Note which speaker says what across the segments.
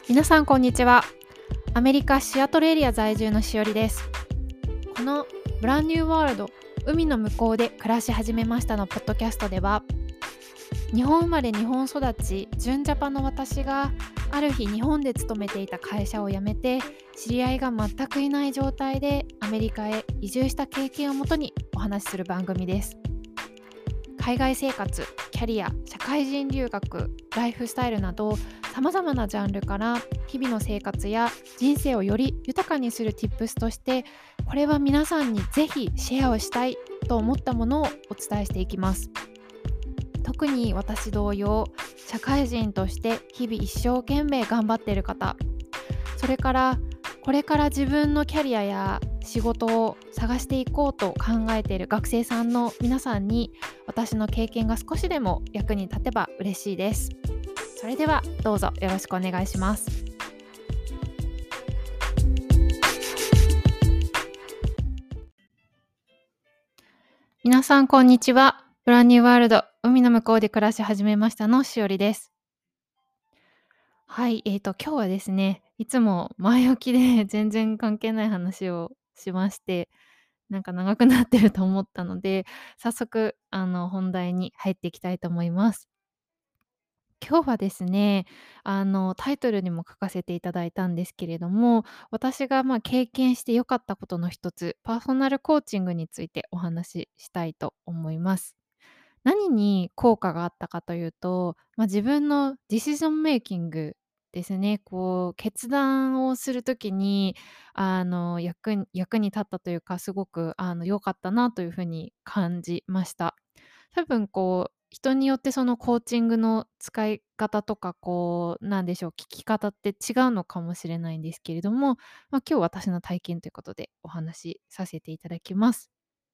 Speaker 1: 皆さんこんにちは。アメリカシアトルエリア在住のしおりです。このブランニューワールド、海の向こうで暮らし始めましたのポッドキャストでは、日本生まれ日本育ち純ジャパの私がある日日本で勤めていた会社を辞めて、知り合いが全くいない状態でアメリカへ移住した経験をもとにお話しする番組です。海外生活、キャリア、社会人留学、ライフスタイルなどさまざまなジャンルから日々の生活や人生をより豊かにする Tips として、これは皆さんにぜひシェアをしたいと思ったものをお伝えしていきます。特に私同様、社会人として日々一生懸命頑張っている方、それからこれから自分のキャリアや仕事を探していこうと考えている学生さんの皆さんに、私の経験が少しでも役に立てば嬉しいです。それではどうぞよろしくお願いします。皆さんこんにちは。ブランニューワールド、海の向こうで暮らし始めましたのしおりです。はい、今日はですね、いつも前置きで全然関係ない話をしまして、なんか長くなってると思ったので、早速本題に入っていきたいと思います。今日はですね、タイトルにも書かせていただいたんですけれども、私が経験して良かったことの一つ、パーソナルコーチングについてお話ししたいと思います。何に効果があったかというと、自分のディシジョンメイキングですね。こう決断をする時に役に立ったというか、すごく良かったなというふうに感じました。多分人によってそのコーチングの使い方とか、なんでしょう、聞き方って違うのかもしれないんですけれども、今日私の体験ということでお話しさせていただきます。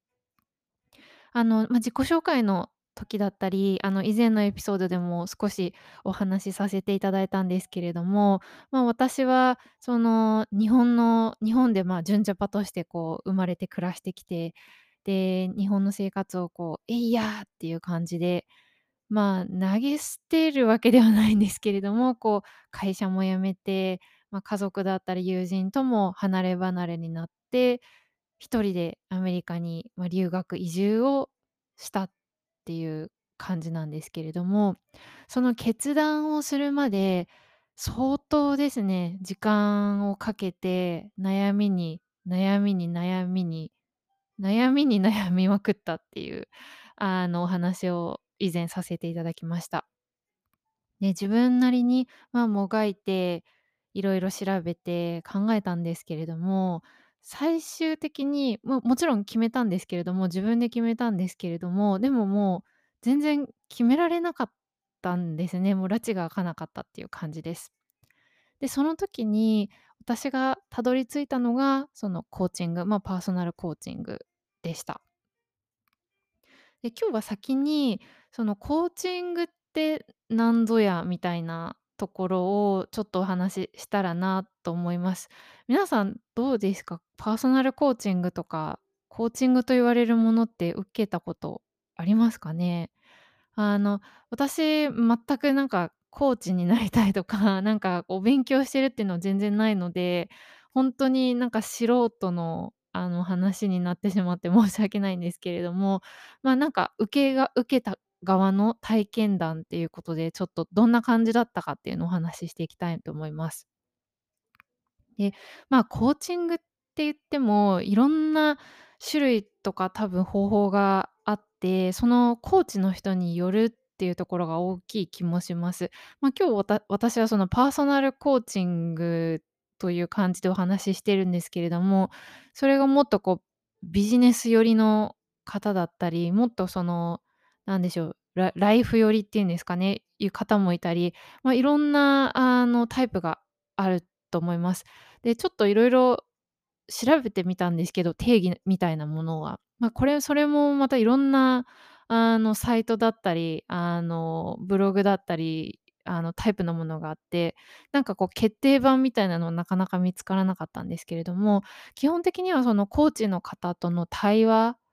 Speaker 1: 自己紹介の時だったり、以前のエピソードでも少しお話しさせていただいたんですけれども、私はその日本で純ジャパとして生まれて暮らしてきて、で、日本の生活をえいやーっていう感じで、投げ捨てるわけではないんですけれども、会社も辞めて、家族だったり友人とも離れ離れになって、一人でアメリカに、留学移住をしたっていう感じなんですけれども、その決断をするまで相当ですね、時間をかけて悩みに悩みに悩みに悩みに悩みまくったっていう、お話を以前させていただきました。で、自分なりに、もがいて、いろいろ調べて考えたんですけれども、最終的に、もちろん決めたんですけれども、自分で決めたんですけれども、でももう全然決められなかったんですね。もう埒が明かなかったっていう感じです。で、その時に私がたどり着いたのが、そのコーチング、パーソナルコーチングでした。で、今日は先に、そのコーチングってなんぞやみたいなところをちょっとお話ししたらなと思います。皆さんどうですか？パーソナルコーチングとか、コーチングと言われるものって受けたことありますかね？あの、私全くなんかコーチになりたいとか、なんかお勉強してるっていうのは全然ないので、ほんとになんか素人の話になってしまって申し訳ないんですけれども、なんか受けた側の体験談っていうことで、ちょっとどんな感じだったかっていうのをお話ししていきたいと思います。で、コーチングって言っても、いろんな種類とか多分方法があって、そのコーチの人によるっていうところが大きい気もします。今日私はそのパーソナルコーチングという感じでお話ししてるんですけれども、それがもっとビジネス寄りの方だったり、もっとなんでしょう、ライフ寄りっていうんですかね、いう方もいたり、いろんなタイプがあると思います。で、ちょっといろいろ調べてみたんですけど、定義みたいなものは。それもまたいろんな、サイトだったり、ブログだったり、タイプのものがあって、なんか決定版みたいなのはなかなか見つからなかったんですけれども、基本的にはそのコーチの方との対話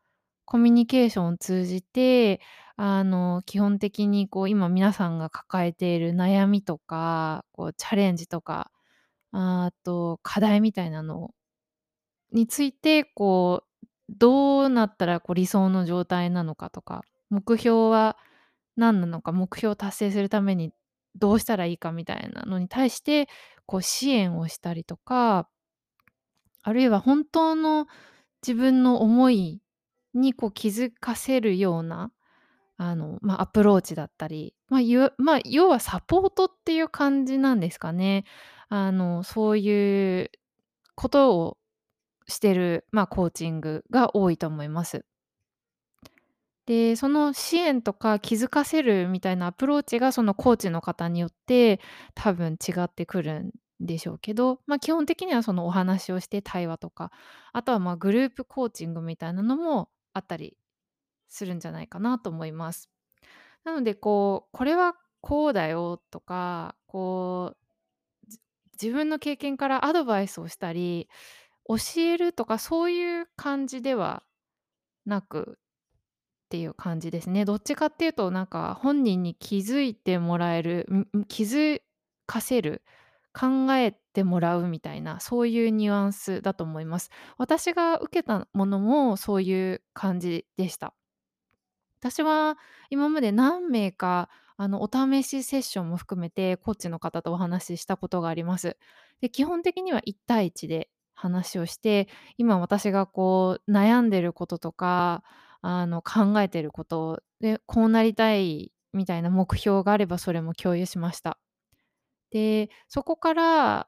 Speaker 1: コミュニケーションを通じて、基本的にこう今皆さんが抱えている悩みとか、こうチャレンジとか、あと課題みたいなのについて、こう、どうなったらこう理想の状態なのかとか、目標は何なのか、目標を達成するためにどうしたらいいかみたいなのに対して、こう支援をしたりとか、あるいは本当の自分の思いにこう気づかせるような、アプローチだったり、要はサポートっていう感じなんですかね。そういうことをしてる、コーチングが多いと思います。で、その支援とか気づかせるみたいなアプローチが、そのコーチの方によって多分違ってくるんでしょうけど、基本的にはそのお話をして対話とか、あとは、グループコーチングみたいなのもあったりするんじゃないかなと思います。なので、これはこうだよとか、自分の経験からアドバイスをしたり、教えるとかそういう感じではなくっていう感じですね。どっちかっていうとなんか本人に気づいてもらえる、気づかせる、考えてもらうみたいな、そういうニュアンスだと思います。私が受けたものもそういう感じでした。私は今まで何名か、お試しセッションも含めて、コーチの方とお話ししたことがあります。で、基本的には1対1で話をして、今私がこう悩んでることとか、考えてることで、こうなりたいみたいな目標があれば、それも共有しました。で、そこから、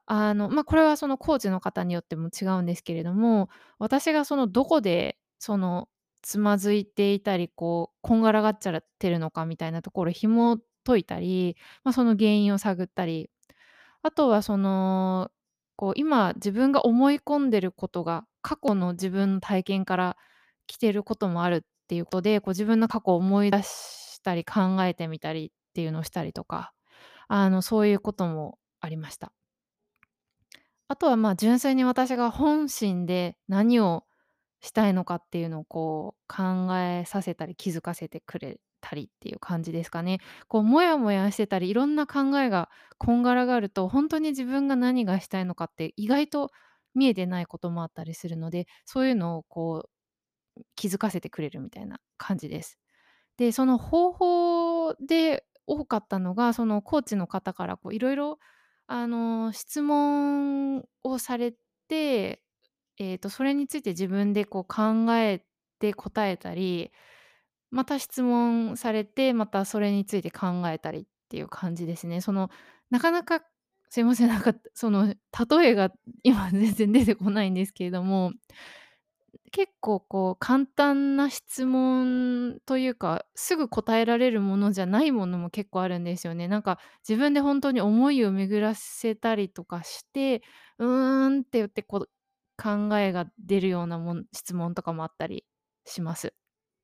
Speaker 1: これはそのコーチの方によっても違うんですけれども、私がそのどこで、つまずいていたり、こう、こんがらがっちゃってるのかみたいなところを紐解いたり、その原因を探ったり、あとは今自分が思い込んでることが、過去の自分の体験から来てることもあるっていうことで、自分の過去を思い出したり考えてみたりっていうのをしたりとか、そういうこともありました。あとは、純粋に私が本心で何をしたいのかっていうのをこう考えさせたり気づかせてくれたりっていう感じですかね。こうモヤモヤしてたり、いろんな考えがこんがらがると、本当に自分が何がしたいのかって意外と見えてないこともあったりするので、そういうのをこう気づかせてくれるみたいな感じです。で、その方法で多かったのが、そのコーチの方からこういろいろ質問をされて、それについて自分でこう考えて答えたり、また質問されて、またそれについて考えたりっていう感じですね。なかなかすいません、なんか例えが今全然出てこないんですけれども、結構こう簡単な質問というか、すぐ答えられるものじゃないものも結構あるんですよね。なんか自分で本当に思いを巡らせたりとかして、って言ってこう考えが出るような質問とかもあったりします。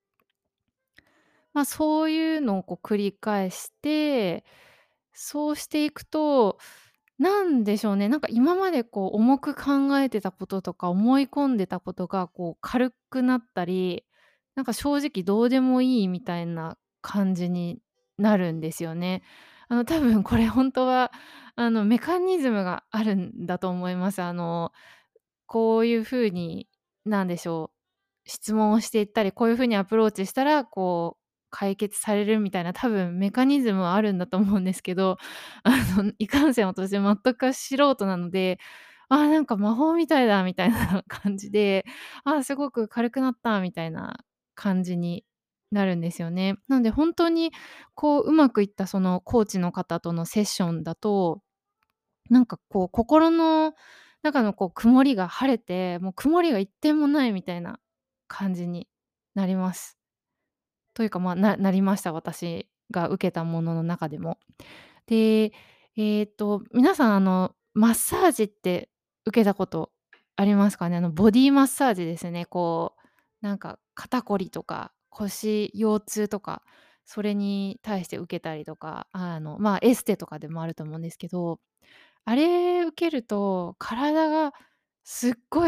Speaker 1: そういうのをこう繰り返して、そうしていくと、なんでしょうね、なんか今までこう重く考えてたこととか、思い込んでたことがこう軽くなったり、なんか正直どうでもいいみたいな感じになるんですよね。多分これ本当は、メカニズムがあるんだと思います。こういう風に、なんでしょう、質問をしていったり、こういう風にアプローチしたら、こう解決されるみたいな多分メカニズムはあるんだと思うんですけど、いかんせん私全く素人なので、なんか魔法みたいだみたいな感じで、すごく軽くなったみたいな感じになるんですよね。なので本当にこう、うまくいったそのコーチの方とのセッションだと、なんかこう心の中のこう曇りが晴れて、もう曇りが一点もないみたいな感じになります。というか、なりました、私が受けたものの中でも。で、皆さんマッサージって受けたことありますかね？ボディマッサージですね。こう、なんか肩こりとか腰、腰痛とか、それに対して受けたりとか、エステとかでもあると思うんですけど、あれ受けると体がすっごい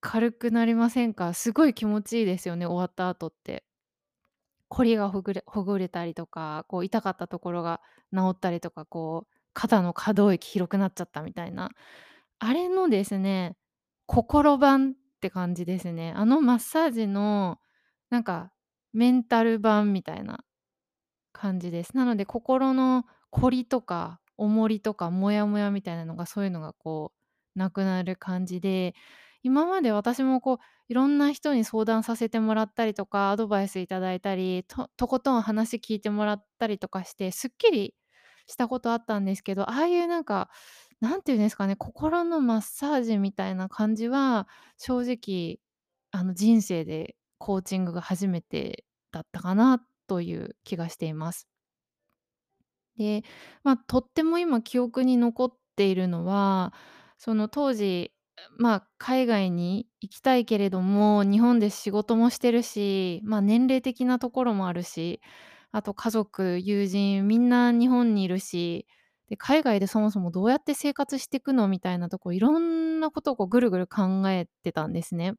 Speaker 1: 軽くなりませんか？すごい気持ちいいですよね、終わった後って。こりがほぐれたりとか、こう痛かったところが治ったりとか、こう肩の可動域広くなっちゃったみたいな、あれのですね、心版って感じですね。あのマッサージのなんかメンタル版みたいな感じです。なので心のこりとか重りとかモヤモヤみたいなのが、そういうのがこうなくなる感じで、今まで私もこういろんな人に相談させてもらったりとか、アドバイスいただいたり、とことん話聞いてもらったりとかして、すっきりしたことあったんですけど、ああいうなんか、なんていうんですかね、心のマッサージみたいな感じは、正直人生でコーチングが初めてだったかなという気がしています。で、とっても今記憶に残っているのは、その当時、海外に行きたいけれども、日本で仕事もしてるし、年齢的なところもあるし、あと家族、友人みんな日本にいるし、で、海外でそもそもどうやって生活していくのみたいなとこ、いろんなことをこうぐるぐる考えてたんですね。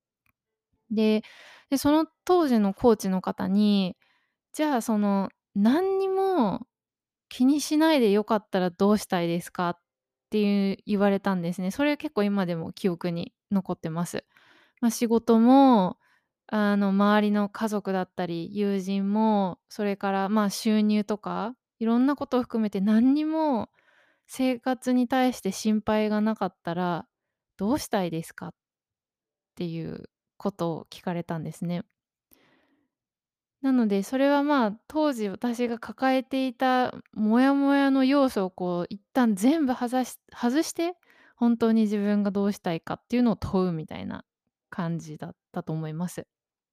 Speaker 1: で、その当時のコーチの方に、じゃあその何にも気にしないでよかったらどうしたいですかって言われたんですね。それは結構今でも記憶に残ってます。仕事も、周りの家族だったり、友人も、それから、収入とか、いろんなことを含めて何にも生活に対して心配がなかったらどうしたいですかっていうことを聞かれたんですね。なので、それは当時私が抱えていたモヤモヤの要素をこう一旦全部外して、本当に自分がどうしたいかっていうのを問うみたいな感じだったと思います。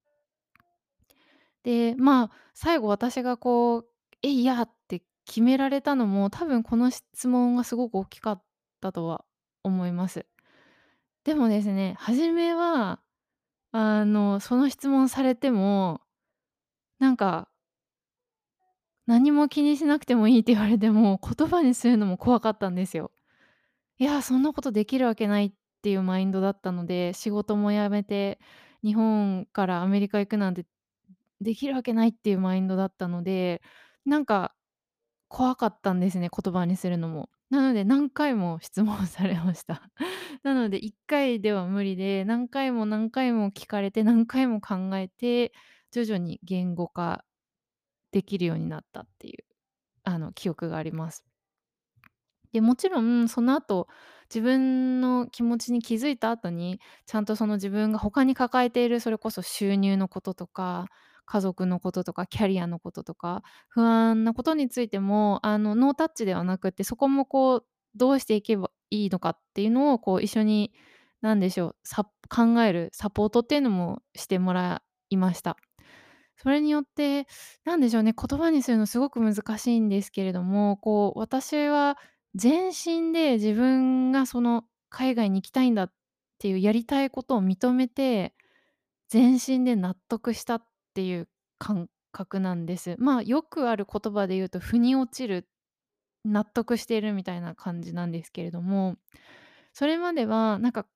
Speaker 1: で、最後私がこう、「えいや！」って決められたのも、多分この質問がすごく大きかったとは思います。でもですね、初めは、その質問されても、なんか何も気にしなくてもいいって言われても、言葉にするのも怖かったんですよ。いや、そんなことできるわけないっていうマインドだったので、仕事も辞めて、日本からアメリカ行くなんてできるわけないっていうマインドだったので、なんか怖かったんですね、言葉にするのも。なので何回も質問されました。なので1回では無理で、何回も何回も聞かれて、何回も考えて、徐々に言語化できるようになったっていう記憶があります。で、もちろんその後、自分の気持ちに気づいた後に、ちゃんとその自分が他に抱えているそれこそ収入のこととか、家族のこととか、キャリアのこととか、不安なことについても、ノータッチではなくって、そこもこう、どうしていけばいいのかっていうのをこう一緒に、なんでしょう、考えるサポートっていうのもしてもらいました。それによって、なんでしょうね、言葉にするのすごく難しいんですけれども、こう、私は全身で自分がその海外に行きたいんだっていうやりたいことを認めて、全身で納得したっていう感覚なんです。よくある言葉で言うと腑に落ちる、納得しているみたいな感じなんですけれども、それまではなんか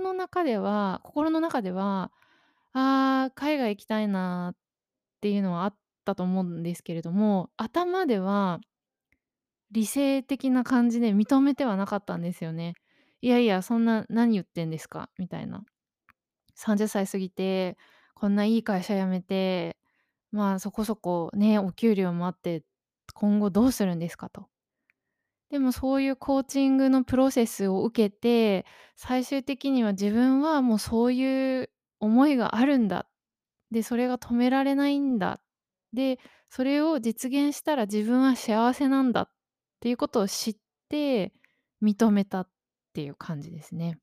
Speaker 1: 心の中では、海外行きたいなっていうのはあったと思うんですけれども、頭では理性的な感じで認めてはなかったんですよね。いやいや、そんな何言ってんですかみたいな。30歳過ぎて、こんないい会社辞めて、そこそこね、お給料もあって、今後どうするんですかと。でもそういうコーチングのプロセスを受けて、最終的には自分はもうそういう思いがあるんだ。で、それが止められないんだ。で、それを実現したら自分は幸せなんだっていうことを知って、認めたっていう感じですね。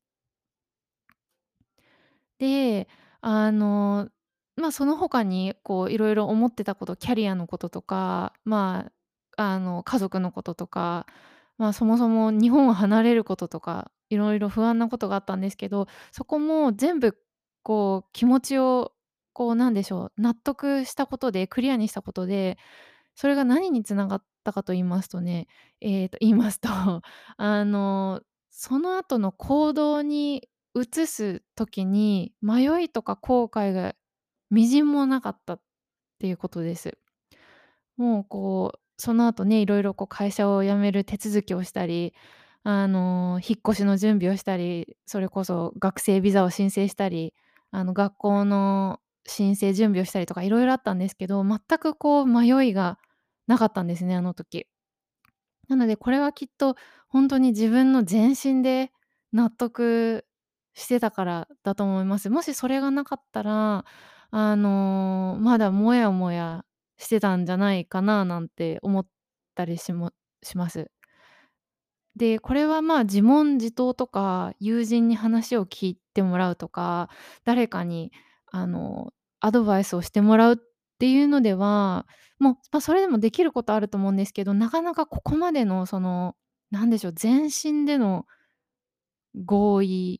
Speaker 1: で、あの、その他にこういろいろ思ってたこと、キャリアのこととか、家族のこととか、そもそも日本を離れることとか、いろいろ不安なことがあったんですけど、そこも全部こう気持ちをこうなんでしょう、納得したことで、クリアにしたことで、それが何に繋がったかと言いますとね、言いますと、あの、その後の行動に移す時に迷いとか後悔がみじんもなかったっていうことです。もうその後ね、いろいろ会社を辞める手続きをしたり、引っ越しの準備をしたり、それこそ学生ビザを申請したり、学校の申請準備をしたりとかいろいろあったんですけど、全く迷いがなかったんですね、あの時。なので、これはきっとほんとに自分の全身で納得してたからだと思います。もしそれがなかったら、まだモヤモヤしてたんじゃないかななんて思ったりします。で、これは自問自答とか、友人に話を聞いてもらうとか、誰かにあの、アドバイスをしてもらうっていうのでは、もう、それでもできることあると思うんですけど、なかなかここまでのなんでしょう、全身での合意、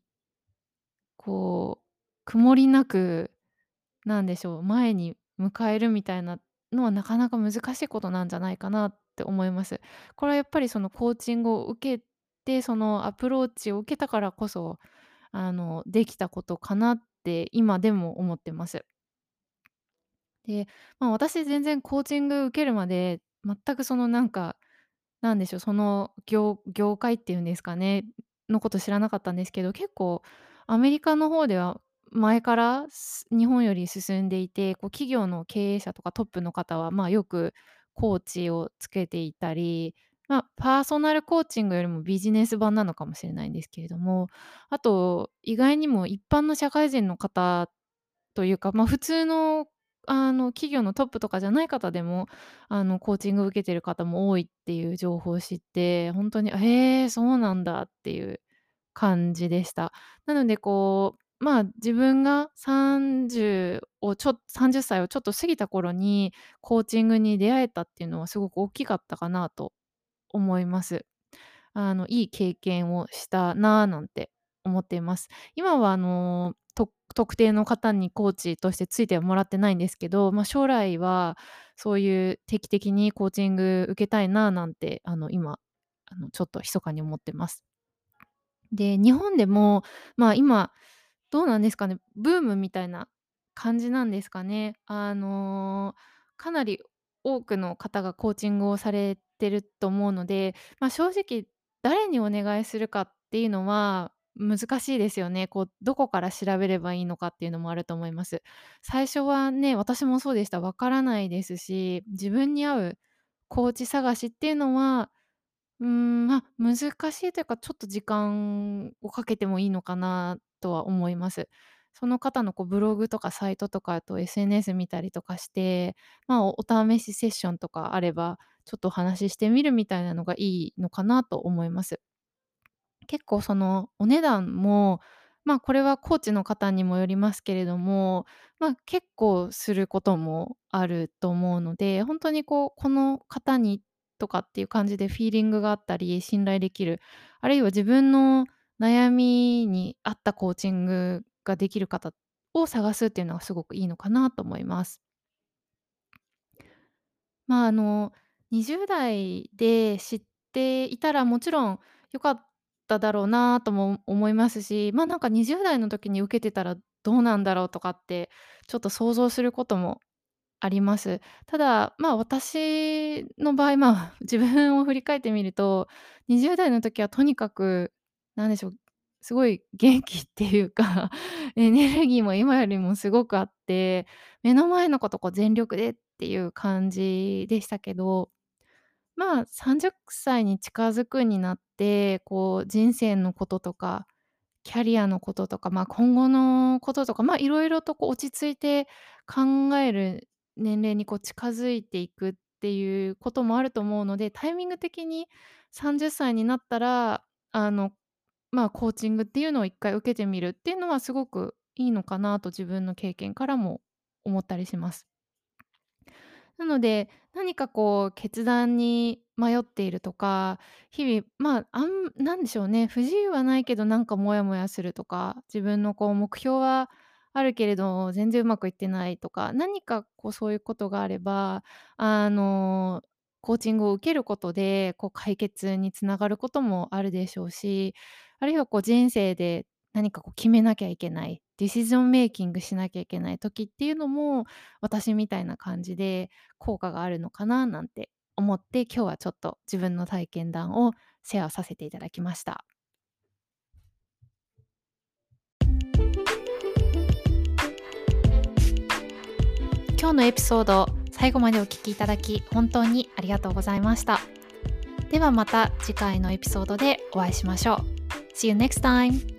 Speaker 1: 曇りなく、なんでしょう、前に迎えるみたいなのはなかなか難しいことなんじゃないかなって思います。これはやっぱりそのコーチングを受けて、そのアプローチを受けたからこそ、できたことかなって今でも思ってます。で、私全然コーチング受けるまで、全くなんでしょう、その業界っていうんですかね、のこと知らなかったんですけど、結構アメリカの方では前から日本より進んでいて、企業の経営者とかトップの方は、よくコーチをつけていたり、パーソナルコーチングよりもビジネス版なのかもしれないんですけれども、あと意外にも一般の社会人の方というか、普通の企業のトップとかじゃない方でも、コーチングを受けてる方も多いっていう情報を知って、ほんとに、へえ、そうなんだっていう感じでした。なので自分が30歳をちょっと過ぎた頃に、コーチングに出会えたっていうのはすごく大きかったかなと思います。いい経験をしたななんて思っています。今は特定の方にコーチとしてついてはもらってないんですけど、将来はそういう定期的にコーチング受けたいななんて、今、ちょっと密かに思ってます。で、日本でも、今どうなんですかね、ブームみたいな感じなんですかね。かなり多くの方がコーチングをされてると思うので、正直誰にお願いするかっていうのは難しいですよね。どこから調べればいいのかっていうのもあると思います。最初はね、私もそうでした。わからないですし、自分に合うコーチ探しっていうのは難しいというか、ちょっと時間をかけてもいいのかなとは思います。その方のブログとかサイトとか、あと SNS 見たりとかして、お試しセッションとかあれば、ちょっとお話ししてみるみたいなのがいいのかなと思います。結構そのお値段も、これはコーチの方にもよりますけれども、結構することもあると思うので、本当にこの方にとかっていう感じでフィーリングがあったり、信頼できる、あるいは自分の悩みに合ったコーチングができる方を探すっていうのはすごくいいのかなと思います。20代で知っていたらもちろん良かっただろうなとも思いますし、20代の時に受けてたらどうなんだろうとかってちょっと想像することもあります。ただ、私の場合、自分を振り返ってみると、20代の時はとにかく、なんでしょう、すごい元気っていうか、エネルギーも今よりもすごくあって、目の前のこと全力でっていう感じでしたけど、30歳に近づくになって、人生のこととかキャリアのこととか、今後のこととか、いろいろと落ち着いて考える年齢に近づいていくっていうこともあると思うので、タイミング的に30歳になったら、コーチングっていうのを一回受けてみるっていうのはすごくいいのかなと自分の経験からも思ったりします。なので、何か決断に迷っているとか、日々、なんでしょうね、不自由はないけどなんかモヤモヤするとか、自分の目標はあるけれど全然うまくいってないとか、何かそういうことがあれば、あの、コーチングを受けることで、解決につながることもあるでしょうし、あるいは人生で何かこう決めなきゃいけない、ディシジョンメイキングしなきゃいけない時っていうのも、私みたいな感じで効果があるのかななんて思って、今日はちょっと自分の体験談をシェアさせていただきました。今日のエピソード、最後までお聞きいただき本当にありがとうございました。ではまた次回のエピソードでお会いしましょう。See you next time!